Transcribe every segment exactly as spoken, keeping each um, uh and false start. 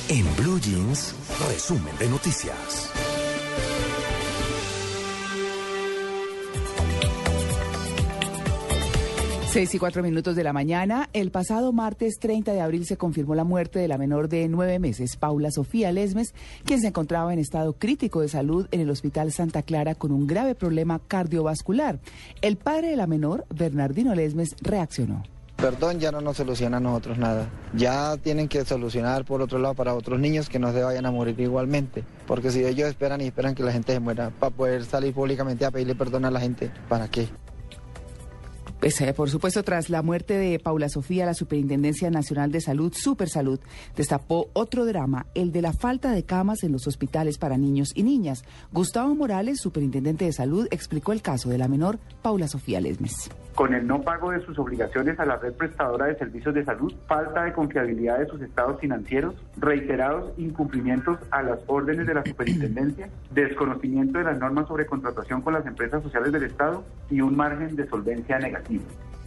En Blue Jeans, resumen de noticias. Seis y cuatro minutos de la mañana. El pasado martes treinta de abril se confirmó la muerte de la menor de nueve meses, Paula Sofía Lesmes, quien se encontraba en estado crítico de salud en el Hospital Santa Clara con un grave problema cardiovascular. El padre de la menor, Bernardino Lesmes, reaccionó. Perdón ya no nos soluciona a nosotros nada. Ya tienen que solucionar por otro lado para otros niños que no se vayan a morir igualmente. Porque si ellos esperan y esperan que la gente se muera para poder salir públicamente a pedirle perdón a la gente, ¿para qué? Pues, eh, por supuesto, tras la muerte de Paula Sofía, la Superintendencia Nacional de Salud, Supersalud, destapó otro drama, el de la falta de camas en los hospitales para niños y niñas. Gustavo Morales, superintendente de Salud, explicó el caso de la menor Paula Sofía Lesmes. Con el no pago de sus obligaciones a la red prestadora de servicios de salud, falta de confiabilidad de sus estados financieros, reiterados incumplimientos a las órdenes de la superintendencia, desconocimiento de las normas sobre contratación con las empresas sociales del Estado y un margen de solvencia negativo.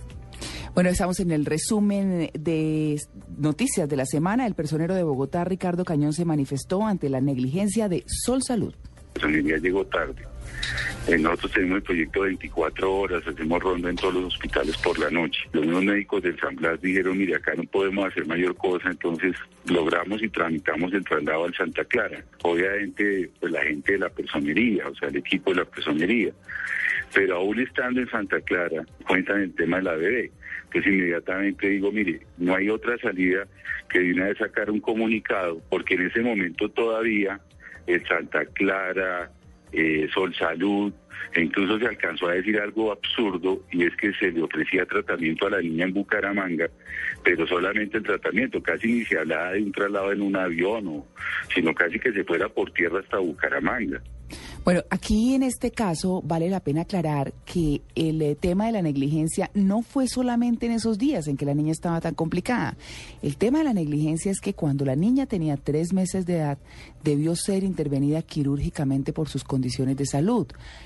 Bueno, estamos en el resumen de noticias de la semana. El personero de Bogotá, Ricardo Cañón, se manifestó ante la negligencia de Sol Salud. La línea llegó tarde. Eh, nosotros tenemos el proyecto veinticuatro horas, hacemos ronda en todos los hospitales por la noche. Los mismos médicos del San Blas dijeron, mire, acá no podemos hacer mayor cosa, entonces logramos y tramitamos el traslado al Santa Clara. Obviamente, pues la gente de la personería, o sea, el equipo de la personería. Pero aún estando en Santa Clara, cuentan el tema de la bebé. Entonces inmediatamente digo, mire, no hay otra salida que de una vez sacar un comunicado, porque en ese momento todavía el Santa Clara, eh, Sol Salud, e incluso se alcanzó a decir algo absurdo, y es que se le ofrecía tratamiento a la niña en Bucaramanga, pero solamente el tratamiento, casi ni se hablaba de un traslado en un avión, o, sino casi que se fuera por tierra hasta Bucaramanga. Bueno, aquí en este caso vale la pena aclarar que el eh, tema de la negligencia no fue solamente en esos días en que la niña estaba tan complicada. El tema de la negligencia es que cuando la niña tenía tres meses de edad debió ser intervenida quirúrgicamente por sus condiciones de salud.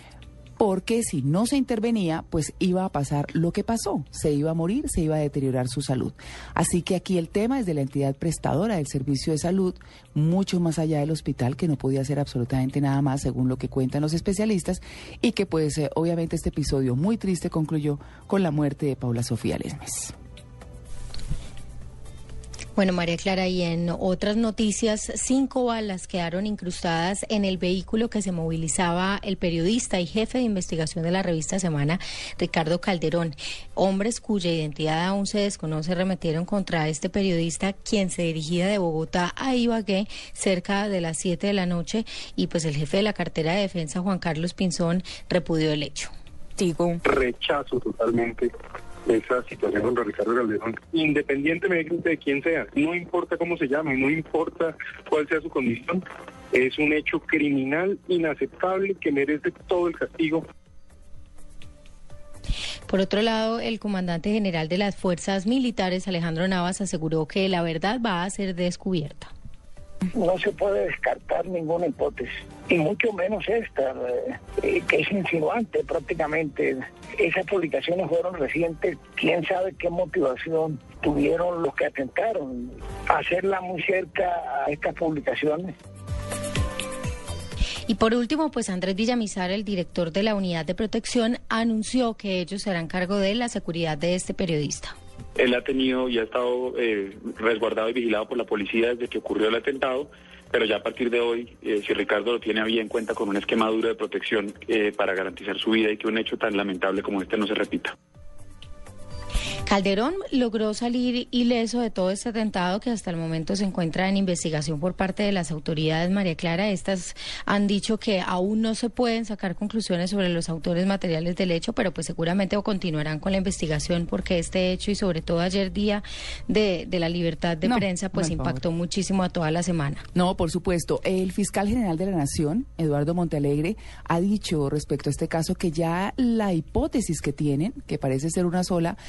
Porque si no se intervenía, pues iba a pasar lo que pasó, se iba a morir, se iba a deteriorar su salud. Así que aquí el tema es de la entidad prestadora del servicio de salud, mucho más allá del hospital, que no podía hacer absolutamente nada más, según lo que cuentan los especialistas, y que pues eh, obviamente este episodio muy triste concluyó con la muerte de Paula Sofía Lesmes. Bueno, María Clara, y en otras noticias, cinco balas quedaron incrustadas en el vehículo que se movilizaba el periodista y jefe de investigación de la revista Semana, Ricardo Calderón. Hombres cuya identidad aún se desconoce arremetieron contra este periodista, quien se dirigía de Bogotá a Ibagué cerca de las siete de la noche, y pues el jefe de la cartera de defensa, Juan Carlos Pinzón, repudió el hecho. Digo. Rechazo totalmente esa situación con Ricardo Calderón, independientemente de quién sea, no importa cómo se llame, no importa cuál sea su condición, es un hecho criminal inaceptable que merece todo el castigo. Por otro lado, el comandante general de las Fuerzas Militares, Alejandro Navas, aseguró que la verdad va a ser descubierta. No se puede descartar ninguna hipótesis, y mucho menos esta, eh, que es insinuante prácticamente. Esas publicaciones fueron recientes, quién sabe qué motivación tuvieron los que atentaron. Hacerla muy cerca a estas publicaciones. Y por último, pues Andrés Villamizar, el director de la Unidad de Protección, anunció que ellos se harán cargo de la seguridad de este periodista. Él ha tenido y ha estado eh, resguardado y vigilado por la policía desde que ocurrió el atentado, pero ya a partir de hoy, eh, si Ricardo lo tiene a bien, cuenta con un esquema duro de protección eh, para garantizar su vida y que un hecho tan lamentable como este no se repita. Calderón logró salir ileso de todo este atentado que hasta el momento se encuentra en investigación por parte de las autoridades. María Clara, estas han dicho que aún no se pueden sacar conclusiones sobre los autores materiales del hecho, pero pues seguramente continuarán con la investigación porque este hecho y sobre todo ayer día de, de la libertad de no, prensa pues no, impactó favor. muchísimo a toda la semana. No, por supuesto. El fiscal general de la Nación, Eduardo Montealegre, ha dicho respecto a este caso que ya la hipótesis que tienen, que parece ser una sola, o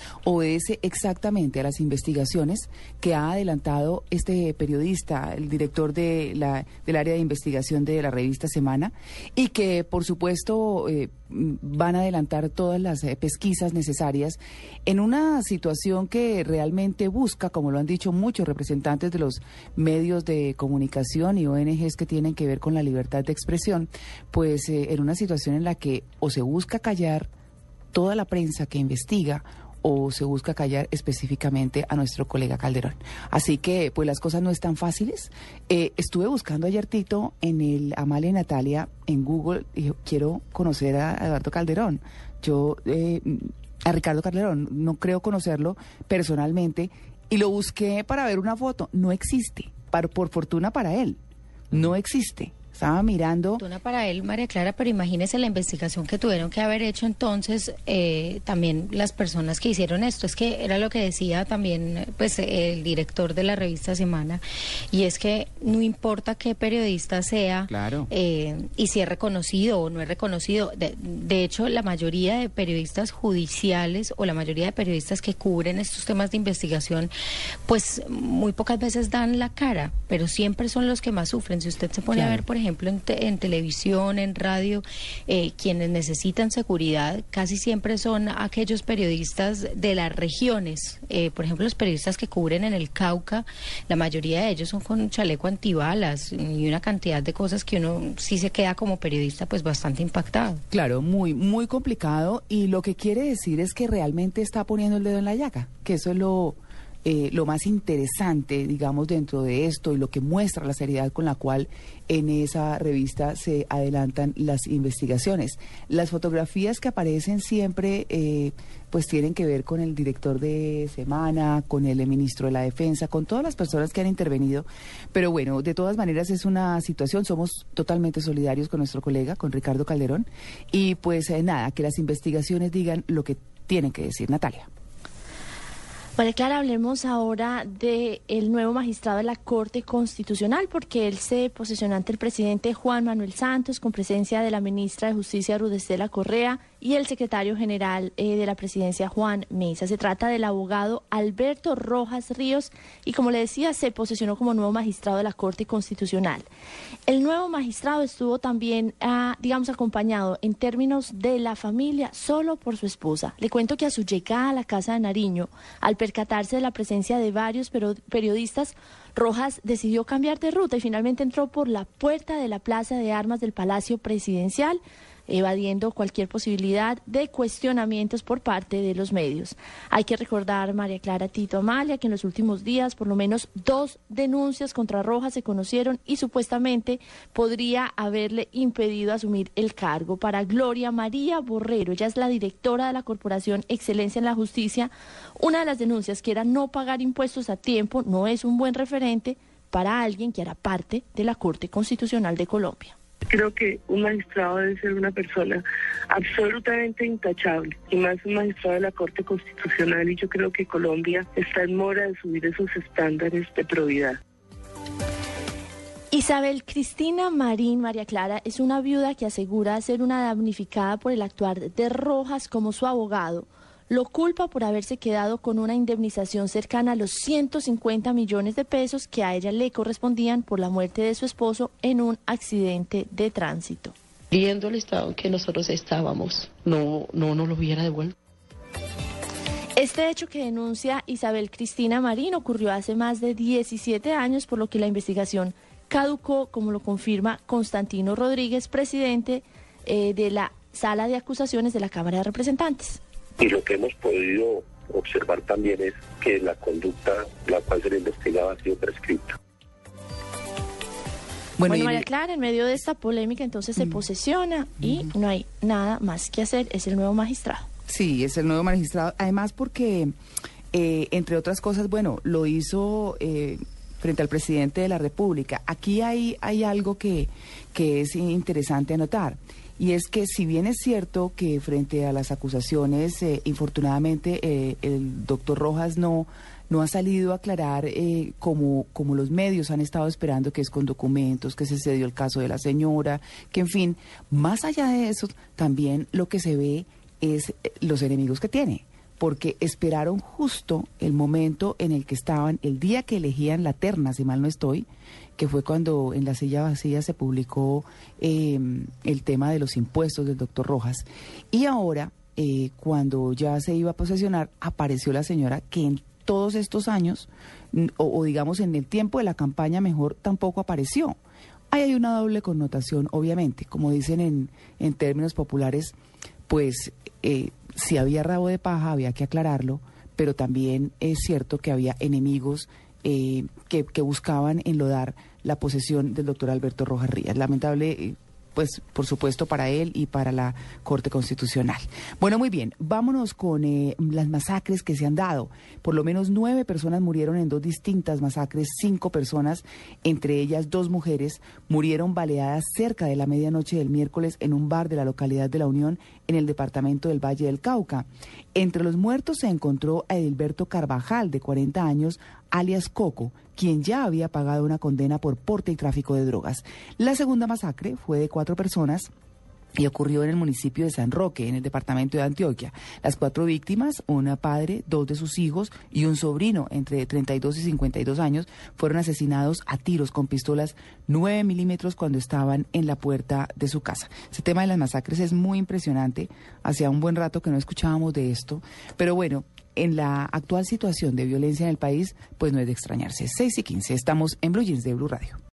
obedece exactamente a las investigaciones que ha adelantado este periodista, el director de la, del área de investigación de la revista Semana, y que, por supuesto, eh, van a adelantar todas las eh, pesquisas necesarias en una situación que realmente busca, como lo han dicho muchos representantes de los medios de comunicación y O N Ges que tienen que ver con la libertad de expresión, pues eh, en una situación en la que o se busca callar toda la prensa que investiga o se busca callar específicamente a nuestro colega Calderón. Así que, pues las cosas no están fáciles. Eh, estuve buscando ayer, Tito, en el Amalia y Natalia, en Google, y quiero conocer a Eduardo Calderón. Yo, eh, a Ricardo Calderón, no creo conocerlo personalmente, y lo busqué para ver una foto. No existe, para, por fortuna para él, no existe. Estaba mirando... Fortuna para él, María Clara, pero imagínese la investigación que tuvieron que haber hecho entonces eh, también las personas que hicieron esto. Es que era lo que decía también pues el director de la revista Semana, y es que no importa qué periodista sea, claro. eh, y si es reconocido o no es reconocido. De, de hecho, la mayoría de periodistas judiciales o la mayoría de periodistas que cubren estos temas de investigación, pues muy pocas veces dan la cara, pero siempre son los que más sufren. Si usted se pone claro. a ver, por ejemplo, ejemplo en, te, en televisión, en radio, eh, quienes necesitan seguridad casi siempre son aquellos periodistas de las regiones. Eh, por ejemplo, los periodistas que cubren en el Cauca, la mayoría de ellos son con chaleco antibalas y una cantidad de cosas que uno sí se queda como periodista pues bastante impactado. Claro, muy, muy complicado, y lo que quiere decir es que realmente está poniendo el dedo en la llaga, que eso es lo... Eh, lo más interesante, digamos, dentro de esto, y lo que muestra la seriedad con la cual en esa revista se adelantan las investigaciones. Las fotografías que aparecen siempre, eh, pues tienen que ver con el director de Semana, con el ministro de la Defensa, con todas las personas que han intervenido. Pero bueno, de todas maneras es una situación, somos totalmente solidarios con nuestro colega, con Ricardo Calderón, y pues eh, nada, que las investigaciones digan lo que tienen que decir. Natalia. María Clara, hablemos ahora del nuevo magistrado de la Corte Constitucional, porque él se posesionó ante el presidente Juan Manuel Santos con presencia de la ministra de Justicia Ruth Estela Correa y el secretario general eh, de la presidencia Juan Mesa. Se trata del abogado Alberto Rojas Ríos y, como le decía, se posesionó como nuevo magistrado de la Corte Constitucional. El nuevo magistrado estuvo también, ah, digamos, acompañado en términos de la familia solo por su esposa. Le cuento que a su llegada a la Casa de Nariño, al percatarse de la presencia de varios periodistas, Rojas decidió cambiar de ruta y finalmente entró por la puerta de la Plaza de Armas del Palacio Presidencial, evadiendo cualquier posibilidad de cuestionamientos por parte de los medios. Hay que recordar, María Clara, Tito, Amalia, que en los últimos días por lo menos dos denuncias contra Rojas se conocieron y supuestamente podría haberle impedido asumir el cargo. Para Gloria María Borrero, ella es la directora de la Corporación Excelencia en la Justicia, una de las denuncias que era no pagar impuestos a tiempo no es un buen referente para alguien que era parte de la Corte Constitucional de Colombia. Creo que un magistrado debe ser una persona absolutamente intachable, y más un magistrado de la Corte Constitucional, y yo creo que Colombia está en mora de subir esos estándares de probidad. Isabel Cristina Marín, María Clara, es una viuda que asegura ser una damnificada por el actuar de Rojas como su abogado. Lo culpa por haberse quedado con una indemnización cercana a los ciento cincuenta millones de pesos que a ella le correspondían por la muerte de su esposo en un accidente de tránsito. Viendo el estado en que nosotros estábamos, no, no nos lo hubiera devuelto. Este hecho que denuncia Isabel Cristina Marín ocurrió hace más de diecisiete años, por lo que la investigación caducó, como lo confirma Constantino Rodríguez, presidente eh, de la Sala de Acusaciones de la Cámara de Representantes. Y lo que hemos podido observar también es que la conducta la cual se le investigaba ha sido prescrita. Bueno, bueno María Clara, en medio de esta polémica entonces se mm. posesiona y mm. no hay nada más que hacer, es el nuevo magistrado. Sí, es el nuevo magistrado, además porque, eh, entre otras cosas, bueno, lo hizo eh, frente al presidente de la República. Aquí hay, hay algo que, que es interesante anotar. Y es que, si bien es cierto que frente a las acusaciones, eh, infortunadamente, eh, el doctor Rojas no, no ha salido a aclarar eh, como, como los medios han estado esperando, que es con documentos, que se cedió el caso de la señora, que en fin, más allá de eso, también lo que se ve es eh, los enemigos que tiene. porque esperaron justo el momento en el que estaban, el día que elegían la terna, si mal no estoy, que fue cuando en la silla vacía se publicó eh, el tema de los impuestos del doctor Rojas. Y ahora, eh, cuando ya se iba a posesionar, apareció la señora que en todos estos años, o, o digamos en el tiempo de la campaña mejor, tampoco apareció. Ahí hay una doble connotación, obviamente, como dicen en, en términos populares, pues eh, si había rabo de paja había que aclararlo, pero también es cierto que había enemigos eh, que, que buscaban enlodar la posesión del doctor Alberto Rojas Ríos. Lamentable, eh, pues por supuesto para él y para la Corte Constitucional. Bueno, muy bien, vámonos con eh, las masacres que se han dado. Por lo menos nueve personas murieron en dos distintas masacres, cinco personas, entre ellas dos mujeres, murieron baleadas cerca de la medianoche del miércoles en un bar de la localidad de La Unión, en el departamento del Valle del Cauca. Entre los muertos se encontró a Edilberto Carvajal, de cuarenta años, alias Coco, quien ya había pagado una condena por porte y tráfico de drogas. La segunda masacre fue de cuatro personas y ocurrió en el municipio de San Roque, en el departamento de Antioquia. Las cuatro víctimas, un padre, dos de sus hijos y un sobrino entre treinta y dos y cincuenta y dos años, fueron asesinados a tiros con pistolas nueve milímetros cuando estaban en la puerta de su casa. Este tema de las masacres es muy impresionante. Hacía un buen rato que no escuchábamos de esto, pero bueno, en la actual situación de violencia en el país, pues no es de extrañarse. seis y quince, estamos en Blue Jeans de Blue Radio.